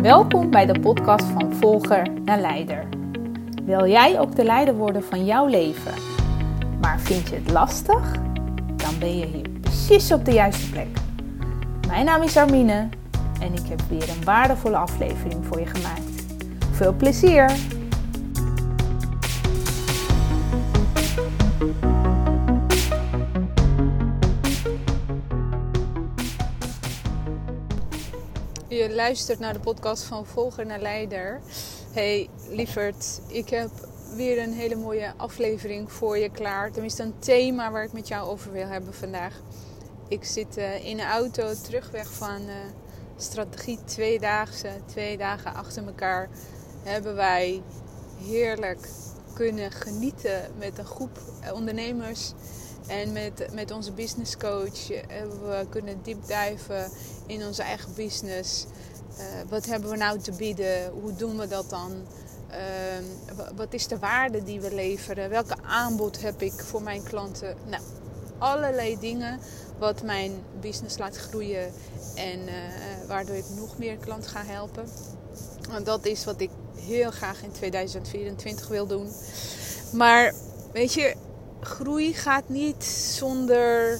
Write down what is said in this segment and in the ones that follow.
Welkom bij de podcast van Volger naar Leider. Wil jij ook de leider worden van jouw leven? Maar vind je het lastig? Dan ben je hier precies op de juiste plek. Mijn naam is Armine en ik heb weer een waardevolle aflevering voor je gemaakt. Veel plezier! Je luistert naar de podcast van Volger naar Leider. Hey lieverd, ik heb weer een hele mooie aflevering voor je klaar. Tenminste een thema waar ik met jou over wil hebben vandaag. Ik zit in een auto terugweg van strategie 2 dagen achter elkaar. Hebben wij heerlijk kunnen genieten met een groep ondernemers. En met onze business coach hebben we kunnen deepdiven in onze eigen business. Wat hebben we nou te bieden? Hoe doen we dat dan? Wat is de waarde die we leveren? Welke aanbod heb ik voor mijn klanten? Nou, allerlei dingen wat mijn business laat groeien. En waardoor ik nog meer klanten ga helpen. Want dat is wat ik heel graag in 2024 wil doen. Maar weet je, groei gaat niet zonder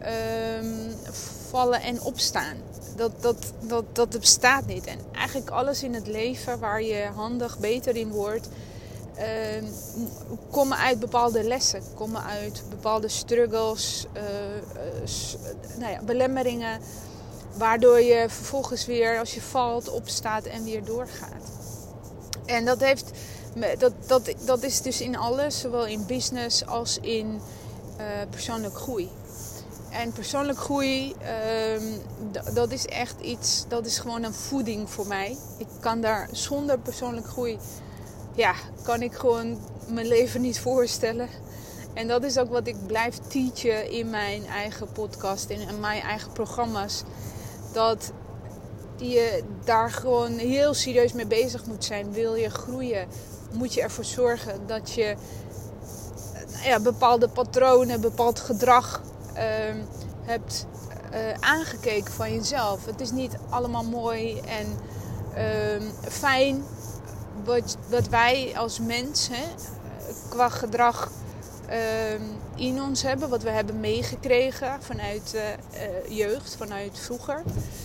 vallen en opstaan. Dat bestaat niet. En eigenlijk alles in het leven waar je handig beter in wordt, komen uit bepaalde lessen, komen uit bepaalde struggles, belemmeringen, waardoor je vervolgens weer, als je valt, opstaat en weer doorgaat. En dat is dus in alles, zowel in business als in persoonlijke groei. En persoonlijke groei, dat is echt iets, dat is gewoon een voeding voor mij. Ik kan daar zonder persoonlijke groei, kan ik gewoon mijn leven niet voorstellen. En dat is ook wat ik blijf teachen in mijn eigen podcast, in mijn eigen programma's. Dat je daar gewoon heel serieus mee bezig moet zijn. Wil je groeien, moet je ervoor zorgen dat je bepaalde patronen, bepaald gedrag hebt aangekeken van jezelf. Het is niet allemaal mooi en fijn wat wij als mens qua gedrag in ons hebben. Wat we hebben meegekregen vanuit jeugd, vanuit vroeger.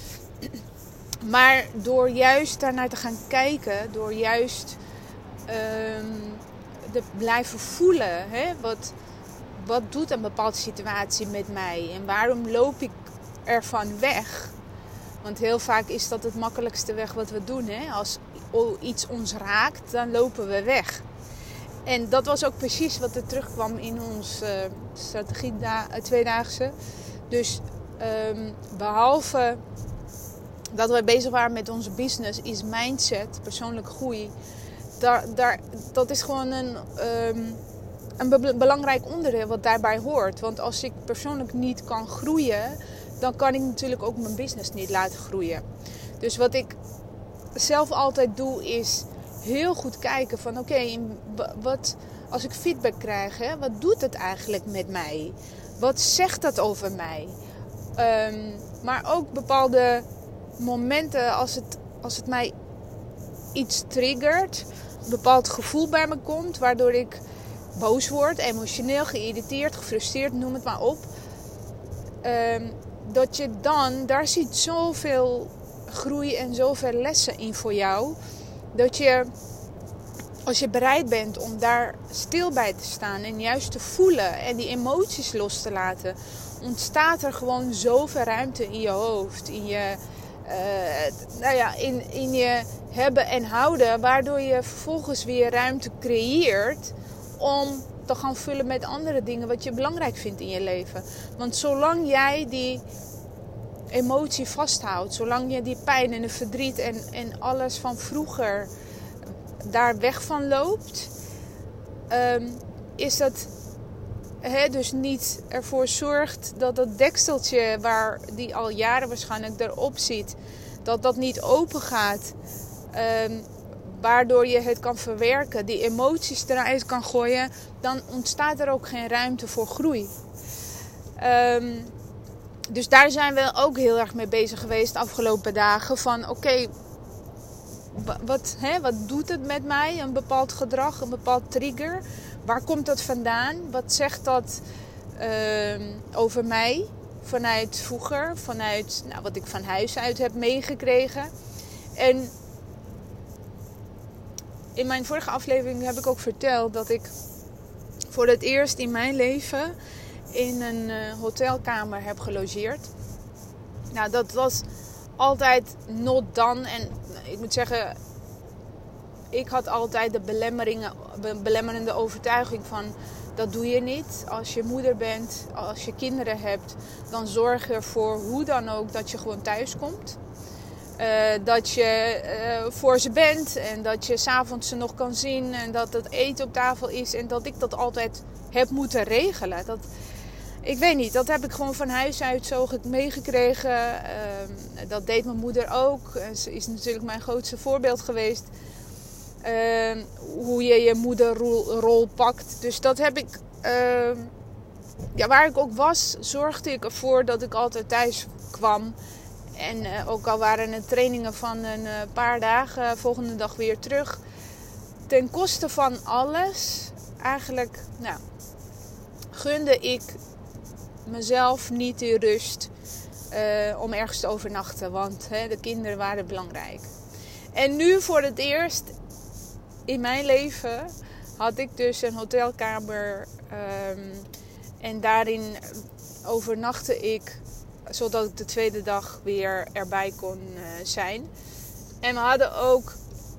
Maar door juist daarnaar te gaan kijken, door juist te blijven voelen, wat doet een bepaalde situatie met mij en waarom loop ik ervan weg? Want heel vaak is dat het makkelijkste weg wat we doen. Als iets ons raakt, dan lopen we weg. En dat was ook precies wat er terugkwam in onze strategie 2-daagse. Dus behalve dat wij bezig waren met onze business, is mindset, persoonlijke groei. Dat is gewoon een belangrijk onderdeel wat daarbij hoort. Want als ik persoonlijk niet kan groeien, dan kan ik natuurlijk ook mijn business niet laten groeien. Dus wat ik zelf altijd doe, is heel goed kijken van als ik feedback krijg, wat doet het eigenlijk met mij? Wat zegt dat over mij? Maar ook bepaalde momenten als het mij iets triggert, een bepaald gevoel bij me komt, waardoor ik boos word, emotioneel, geïrriteerd, gefrustreerd, noem het maar op. Dat je dan, daar zit zoveel groei en zoveel lessen in voor jou. Dat je, als je bereid bent om daar stil bij te staan en juist te voelen en die emoties los te laten, ontstaat er gewoon zoveel ruimte in je hoofd, in je in je hebben en houden, waardoor je vervolgens weer ruimte creëert om te gaan vullen met andere dingen wat je belangrijk vindt in je leven. Want zolang jij die emotie vasthoudt, zolang je die pijn en de verdriet en alles van vroeger daar weg van loopt, is dat dus niet ervoor zorgt dat dat dekseltje waar die al jaren waarschijnlijk erop zit, dat niet open gaat. Waardoor je het kan verwerken, die emoties eruit kan gooien, dan ontstaat er ook geen ruimte voor groei. Dus daar zijn we ook heel erg mee bezig geweest de afgelopen dagen. Van wat doet het met mij? Een bepaald gedrag, een bepaald trigger. Waar komt dat vandaan? Wat zegt dat over mij? Vanuit vroeger, vanuit wat ik van huis uit heb meegekregen. En in mijn vorige aflevering heb ik ook verteld dat ik voor het eerst in mijn leven in een hotelkamer heb gelogeerd. Nou, dat was altijd not done. En ik moet zeggen, ik had altijd de belemmerende overtuiging van, dat doe je niet. Als je moeder bent, als je kinderen hebt, dan zorg je ervoor hoe dan ook dat je gewoon thuis komt. Dat je voor ze bent en dat je 's avonds ze nog kan zien en dat het eten op tafel is. En dat ik dat altijd heb moeten regelen. Ik weet niet, dat heb ik gewoon van huis uit zo meegekregen. Dat deed mijn moeder ook. Ze is natuurlijk mijn grootste voorbeeld geweest. Hoe je je moederrol pakt. Dus dat heb ik... waar ik ook was, zorgde ik ervoor dat ik altijd thuis kwam. En ook al waren het trainingen van een paar dagen, volgende dag weer terug. Ten koste van alles, eigenlijk, gunde ik mezelf niet de rust om ergens te overnachten. Want de kinderen waren belangrijk. En nu voor het eerst in mijn leven had ik dus een hotelkamer. En daarin overnachtte ik, zodat ik de tweede dag weer erbij kon zijn. En we hadden ook...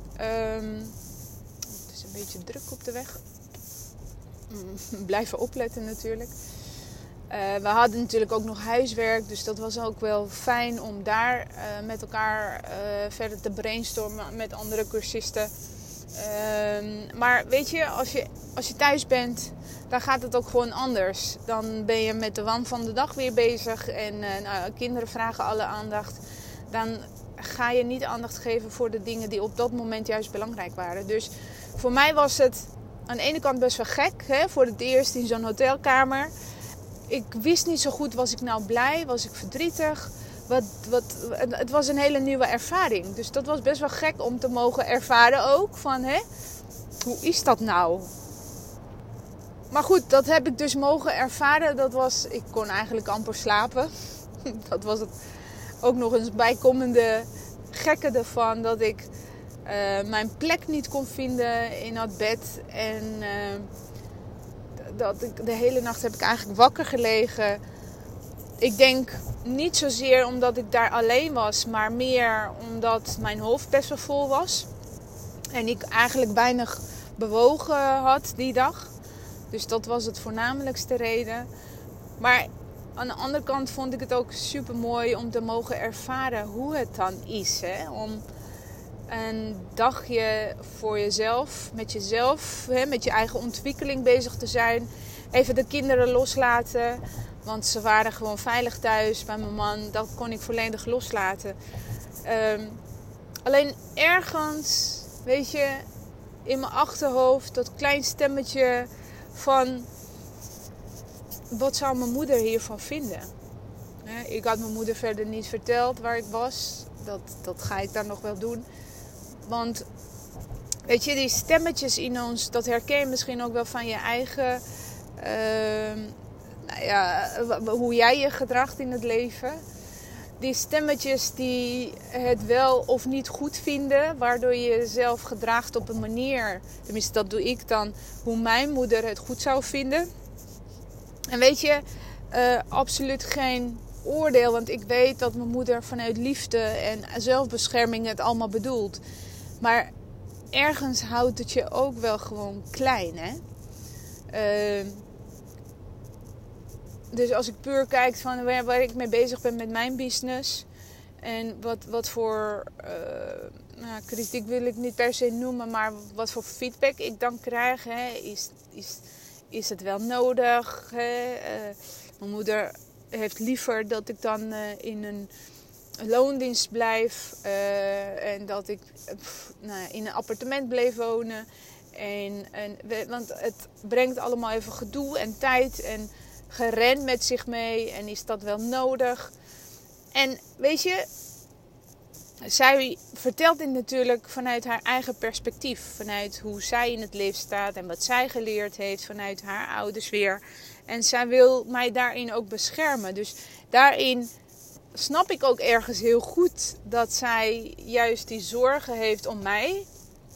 het is een beetje druk op de weg. Blijven opletten natuurlijk. We hadden natuurlijk ook nog huiswerk. Dus dat was ook wel fijn om daar met elkaar verder te brainstormen met andere cursisten. Maar weet je, als je thuis bent, dan gaat het ook gewoon anders. Dan ben je met de waan van de dag weer bezig. En kinderen vragen alle aandacht. Dan ga je niet aandacht geven voor de dingen die op dat moment juist belangrijk waren. Dus voor mij was het aan de ene kant best wel gek. Voor het eerst in zo'n hotelkamer. Ik wist niet zo goed, was ik nou blij? Was ik verdrietig? Het was een hele nieuwe ervaring. Dus dat was best wel gek om te mogen ervaren ook. Van, hoe is dat nou? Maar goed, dat heb ik dus mogen ervaren. Ik kon eigenlijk amper slapen. Dat was het ook nog eens bijkomende gekke ervan. Dat ik mijn plek niet kon vinden in dat bed. En de hele nacht heb ik eigenlijk wakker gelegen. Ik denk niet zozeer omdat ik daar alleen was, maar meer omdat mijn hoofd best wel vol was. En ik eigenlijk weinig bewogen had die dag. Dus dat was het voornamelijkste reden. Maar aan de andere kant vond ik het ook super mooi om te mogen ervaren hoe het dan is. Om een dagje voor jezelf, met je eigen ontwikkeling bezig te zijn. Even de kinderen loslaten. Want ze waren gewoon veilig thuis bij mijn man. Dat kon ik volledig loslaten. Alleen ergens, weet je, in mijn achterhoofd dat klein stemmetje van... Wat zou mijn moeder hiervan vinden? Ik had mijn moeder verder niet verteld waar ik was. Dat ga ik dan nog wel doen. Want, weet je, die stemmetjes in ons, dat herken je misschien ook wel van je eigen... hoe jij je gedraagt in het leven. Die stemmetjes die het wel of niet goed vinden, waardoor je jezelf gedraagt op een manier, tenminste dat doe ik dan, hoe mijn moeder het goed zou vinden. En weet je, absoluut geen oordeel, want ik weet dat mijn moeder vanuit liefde en zelfbescherming het allemaal bedoelt. Maar ergens houdt het je ook wel gewoon klein, hè? Dus als ik puur kijk van waar ik mee bezig ben met mijn business. En wat voor kritiek wil ik niet per se noemen. Maar wat voor feedback ik dan krijg. Is het wel nodig? Mijn moeder heeft liever dat ik dan in een loondienst blijf. En dat ik in een appartement bleef wonen. Want het brengt allemaal even gedoe en tijd en... gerend met zich mee en is dat wel nodig? En weet je, zij vertelt dit natuurlijk vanuit haar eigen perspectief. Vanuit hoe zij in het leven staat en wat zij geleerd heeft vanuit haar ouders weer. En zij wil mij daarin ook beschermen. Dus daarin snap ik ook ergens heel goed dat zij juist die zorgen heeft om mij.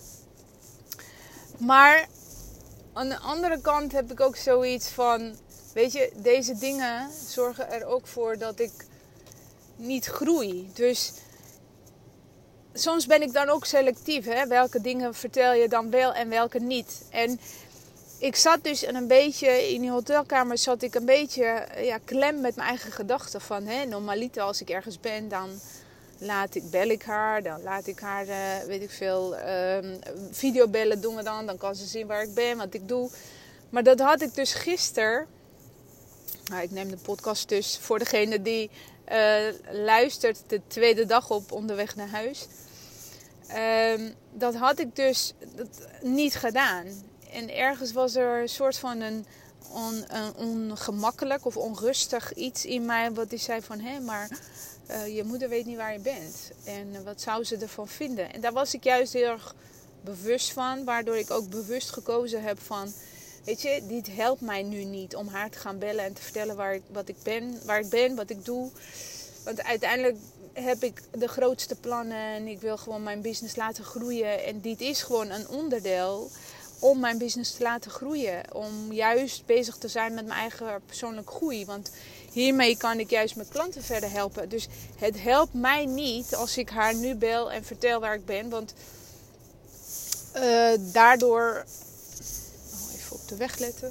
Maar aan de andere kant heb ik ook zoiets van, weet je, deze dingen zorgen er ook voor dat ik niet groei. Dus soms ben ik dan ook selectief. Hè? Welke dingen vertel je dan wel en welke niet. En ik zat dus een beetje, in die hotelkamer zat ik een beetje klem met mijn eigen gedachten. Van normaliter als ik ergens ben, dan bel ik haar. Dan laat ik haar, videobellen doen we dan. Dan kan ze zien waar ik ben, wat ik doe. Maar dat had ik dus gisteren. Nou, ik neem de podcast dus voor degene die luistert de tweede dag op onderweg naar huis. Dat had ik dus niet gedaan. En ergens was er een soort van een ongemakkelijk of onrustig iets in mij. Wat die zei van, maar je moeder weet niet waar je bent. En wat zou ze ervan vinden? En daar was ik juist heel erg bewust van. Waardoor ik ook bewust gekozen heb van, weet je, dit helpt mij nu niet om haar te gaan bellen en te vertellen waar ik ben, wat ik doe. Want uiteindelijk heb ik de grootste plannen en ik wil gewoon mijn business laten groeien. En dit is gewoon een onderdeel om mijn business te laten groeien. Om juist bezig te zijn met mijn eigen persoonlijke groei. Want hiermee kan ik juist mijn klanten verder helpen. Dus het helpt mij niet als ik haar nu bel en vertel waar ik ben. Want daardoor... even op de weg letten.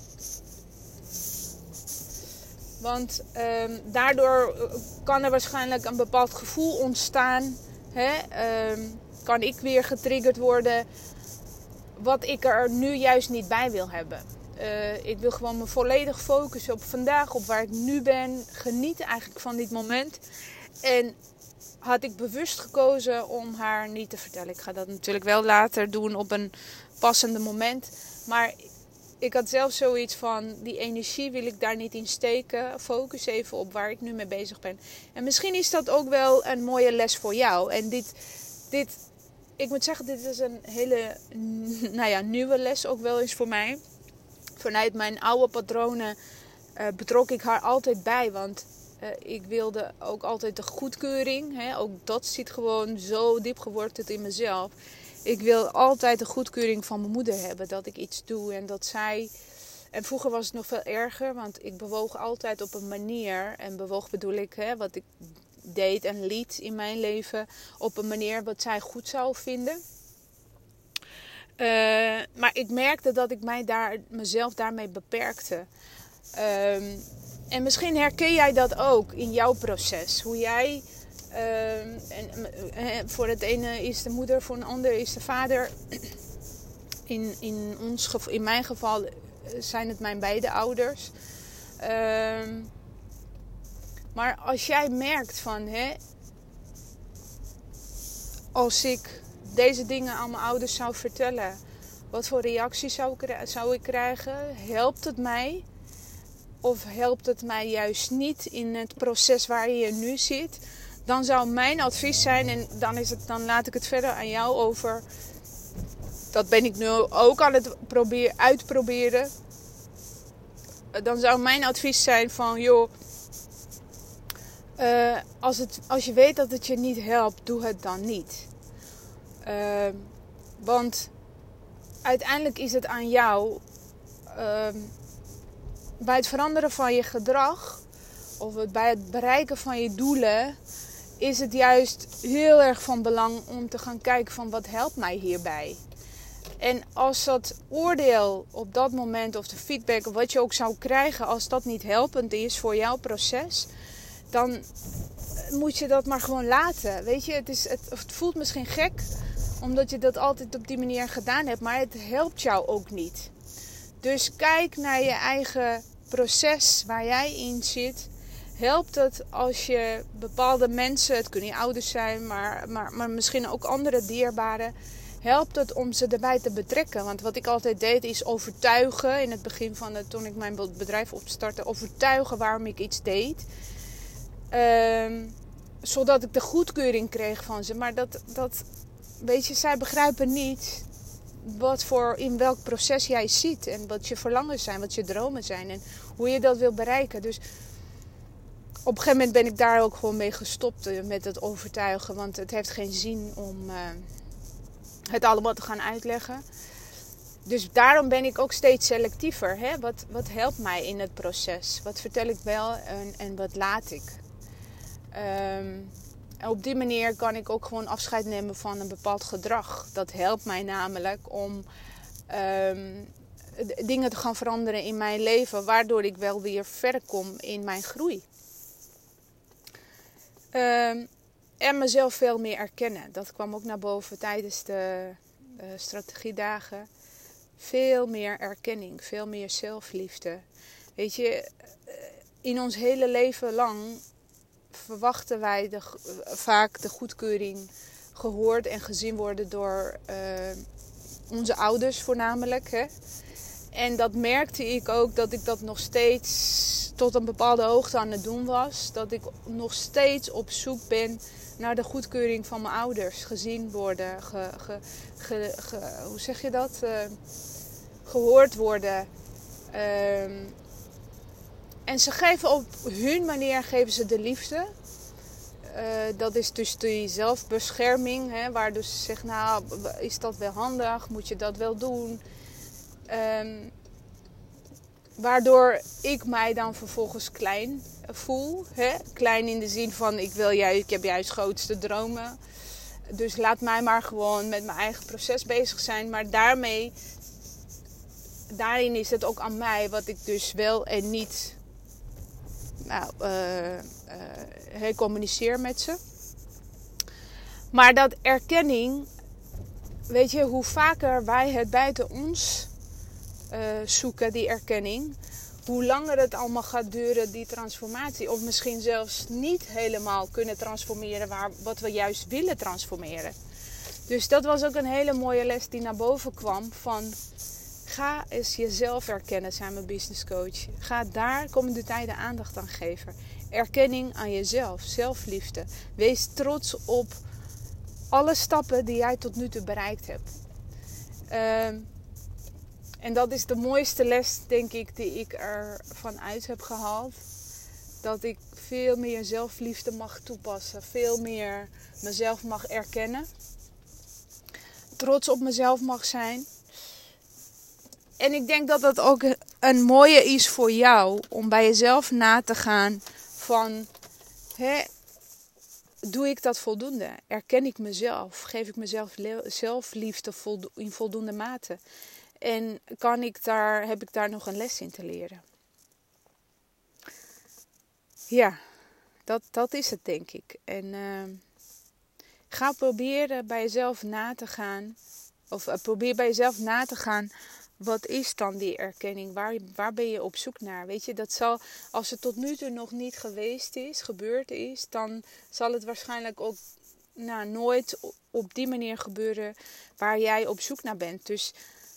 Want daardoor kan er waarschijnlijk een bepaald gevoel ontstaan. Kan ik weer getriggerd worden. Wat ik er nu juist niet bij wil hebben. Ik wil gewoon me volledig focussen op vandaag. Op waar ik nu ben. Genieten eigenlijk van dit moment. En had ik bewust gekozen om haar niet te vertellen. Ik ga dat natuurlijk wel later doen op een passende moment. Maar ik had zelf zoiets van, die energie wil ik daar niet in steken. Focus even op waar ik nu mee bezig ben. En misschien is dat ook wel een mooie les voor jou. En dit ik moet zeggen, dit is een hele nieuwe les ook wel eens voor mij. Vanuit mijn oude patronen betrok ik haar altijd bij. Want ik wilde ook altijd de goedkeuring. Ook dat zit gewoon zo diep geworteld in mezelf. Ik wil altijd de goedkeuring van mijn moeder hebben. Dat ik iets doe en dat zij... En vroeger was het nog veel erger. Want ik bewoog altijd op een manier. En bewoog bedoel ik wat ik deed en liet in mijn leven. Op een manier wat zij goed zou vinden. Maar ik merkte dat ik mezelf daarmee beperkte. En misschien herken jij dat ook in jouw proces. Hoe jij... voor het ene is de moeder, voor een ander is de vader. In mijn geval zijn het mijn beide ouders. Maar als jij merkt van... als ik deze dingen aan mijn ouders zou vertellen... wat voor reacties zou ik krijgen? Helpt het mij? Of helpt het mij juist niet in het proces waar je nu zit? Dan zou mijn advies zijn, en dan laat ik het verder aan jou over. Dat ben ik nu ook aan het uitproberen. Dan zou mijn advies zijn van, joh, als je weet dat het je niet helpt, doe het dan niet. Want uiteindelijk is het aan jou, bij het veranderen van je gedrag, of bij het bereiken van je doelen, is het juist heel erg van belang om te gaan kijken van wat helpt mij hierbij. En als dat oordeel op dat moment of de feedback of wat je ook zou krijgen, als dat niet helpend is voor jouw proces, dan moet je dat maar gewoon laten. Weet je, het voelt misschien gek omdat je dat altijd op die manier gedaan hebt, maar het helpt jou ook niet. Dus kijk naar je eigen proces waar jij in zit. Helpt het als je bepaalde mensen, het kunnen je ouders zijn, maar misschien ook andere dierbaren, helpt het om ze erbij te betrekken? Want wat ik altijd deed is overtuigen, in het begin toen ik mijn bedrijf opstartte, overtuigen waarom ik iets deed. zodat ik de goedkeuring kreeg van ze. Maar weet je, zij begrijpen niet in welk proces jij ziet. En wat je verlangens zijn, wat je dromen zijn. En hoe je dat wil bereiken. Dus op een gegeven moment ben ik daar ook gewoon mee gestopt met het overtuigen. Want het heeft geen zin om het allemaal te gaan uitleggen. Dus daarom ben ik ook steeds selectiever. Hè? Wat helpt mij in het proces? Wat vertel ik wel en wat laat ik? Op die manier kan ik ook gewoon afscheid nemen van een bepaald gedrag. Dat helpt mij namelijk om dingen te gaan veranderen in mijn leven. Waardoor ik wel weer verder kom in mijn groei. En mezelf veel meer erkennen. Dat kwam ook naar boven tijdens de strategiedagen. Veel meer erkenning, veel meer zelfliefde. Weet je, in ons hele leven lang verwachten wij vaak de goedkeuring gehoord en gezien worden door onze ouders voornamelijk. Hè? En dat merkte ik ook, dat ik dat nog steeds tot een bepaalde hoogte aan het doen was. Dat ik nog steeds op zoek ben naar de goedkeuring van mijn ouders. Gezien worden, hoe zeg je dat? Gehoord worden. En ze geven op hun manier de liefde. Dat is dus die zelfbescherming. Hè, waar dus ze zegt, nou, is dat wel handig? Moet je dat wel doen? Waardoor ik mij dan vervolgens klein voel. Hè? Klein in de zin van, ik heb juist grootste dromen. Dus laat mij maar gewoon met mijn eigen proces bezig zijn. Maar daarin is het ook aan mij wat ik dus wel en niet communiceer met ze. Maar dat erkenning, weet je, hoe vaker wij het buiten ons zoeken, die erkenning, hoe langer het allemaal gaat duren, die transformatie. Of misschien zelfs niet helemaal kunnen transformeren wat we juist willen transformeren. Dus dat was ook een hele mooie les die naar boven kwam van, ga eens jezelf erkennen, zei mijn business coach. Ga daar komende tijden aandacht aan geven. Erkenning aan jezelf, zelfliefde. Wees trots op alle stappen die jij tot nu toe bereikt hebt. En dat is de mooiste les, denk ik, die ik ervan uit heb gehaald. Dat ik veel meer zelfliefde mag toepassen. Veel meer mezelf mag erkennen. Trots op mezelf mag zijn. En ik denk dat dat ook een mooie is voor jou. Om bij jezelf na te gaan van, doe ik dat voldoende? Erken ik mezelf? Geef ik mezelf zelfliefde in voldoende mate? En heb ik daar nog een les in te leren? Ja, dat is het, denk ik. En ga proberen bij jezelf na te gaan. Of probeer bij jezelf na te gaan. Wat is dan die erkenning? Waar ben je op zoek naar? Weet je, dat zal, als het tot nu toe nog niet gebeurd is, dan zal het waarschijnlijk ook nooit op die manier gebeuren waar jij op zoek naar bent. Dus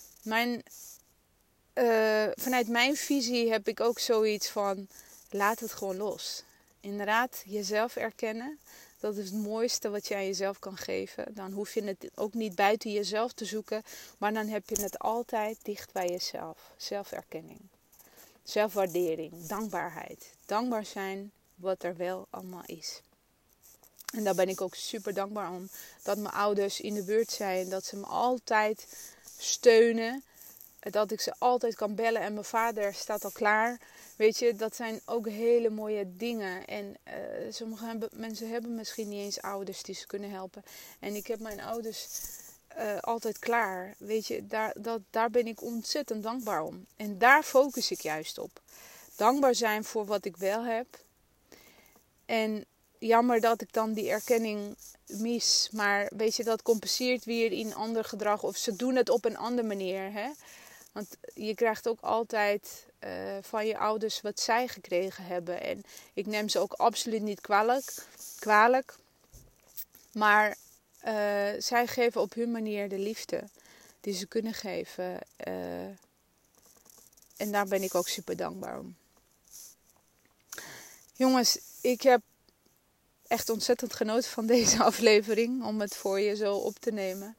vanuit mijn visie heb ik ook zoiets van, laat het gewoon los. Inderdaad, jezelf erkennen. Dat is het mooiste wat je aan jezelf kan geven. Dan hoef je het ook niet buiten jezelf te zoeken. Maar dan heb je het altijd dicht bij jezelf. Zelferkenning. Zelfwaardering. Dankbaarheid. Dankbaar zijn wat er wel allemaal is. En daar ben ik ook super dankbaar om. Dat mijn ouders in de buurt zijn. Dat ze me altijd steunen. Dat ik ze altijd kan bellen. En mijn vader staat al klaar. Weet je, dat zijn ook hele mooie dingen. En sommige mensen hebben misschien niet eens ouders die ze kunnen helpen. En ik heb mijn ouders altijd klaar. Weet je, daar ben ik ontzettend dankbaar om. En daar focus ik juist op. Dankbaar zijn voor wat ik wel heb. En jammer dat ik dan die erkenning mis. Maar weet je, dat compenseert weer in ander gedrag. Of ze doen het op een andere manier. Hè? Want je krijgt ook altijd van je ouders wat zij gekregen hebben. En ik neem ze ook absoluut niet kwalijk. Maar zij geven op hun manier de liefde die ze kunnen geven. En daar ben ik ook super dankbaar om. Jongens, ik heb echt ontzettend genoten van deze aflevering. Om het voor je zo op te nemen.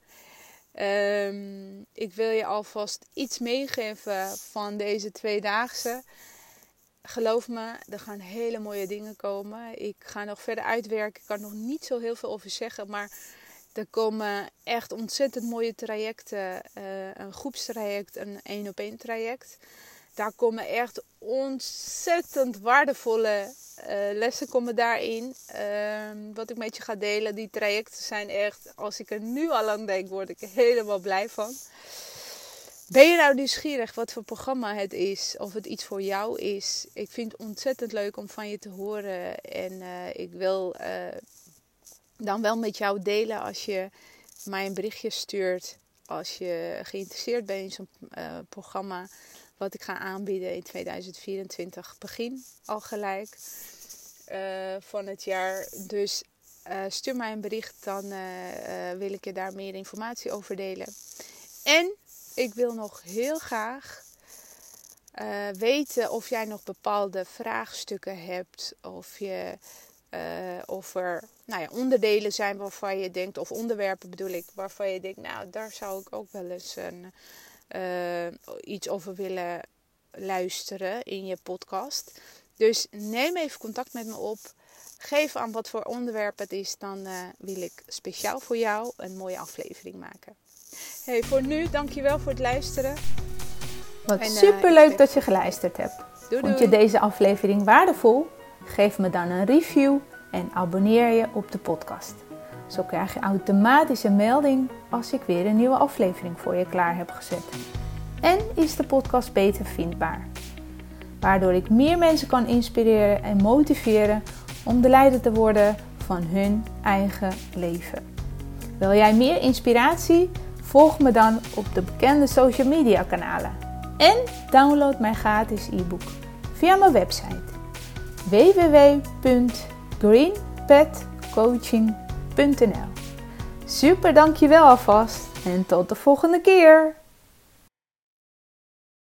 Ik wil je alvast iets meegeven van deze 2-daagse. Geloof me, er gaan hele mooie dingen komen. Ik ga nog verder uitwerken. Ik kan er nog niet zo heel veel over zeggen. Maar er komen echt ontzettend mooie trajecten. Een groepstraject, een 1-op-1 traject. Daar komen echt ontzettend waardevolle lessen komen daarin. Wat ik met je ga delen. Die trajecten zijn echt, als ik er nu al aan denk, word ik er helemaal blij van. Ben je nou nieuwsgierig wat voor programma het is? Of het iets voor jou is? Ik vind het ontzettend leuk om van je te horen. En ik wil dan wel met jou delen als je mij een berichtje stuurt. Als je geïnteresseerd bent in zo'n programma. Wat ik ga aanbieden in 2024. Begin al gelijk van het jaar. Dus stuur mij een bericht. Dan wil ik je daar meer informatie over delen. En ik wil nog heel graag weten of jij nog bepaalde vraagstukken hebt. Of er onderdelen zijn waarvan je denkt, of onderwerpen bedoel ik, waarvan je denkt, nou daar zou ik ook wel eens iets over willen luisteren in je podcast. Dus neem even contact met me op. Geef aan wat voor onderwerp het is. Dan wil ik speciaal voor jou een mooie aflevering maken. Hey, voor nu, dankjewel voor het luisteren. Wat superleuk dat je geluisterd hebt. Vond je deze aflevering waardevol? Geef me dan een review en abonneer je op de podcast. Zo krijg je automatisch een melding als ik weer een nieuwe aflevering voor je klaar heb gezet. En is de podcast beter vindbaar. Waardoor ik meer mensen kan inspireren en motiveren om de leider te worden van hun eigen leven. Wil jij meer inspiratie? Volg me dan op de bekende social media kanalen. En download mijn gratis e-book via mijn website www.greenpetcoaching.nl. Super, dankjewel alvast en tot de volgende keer!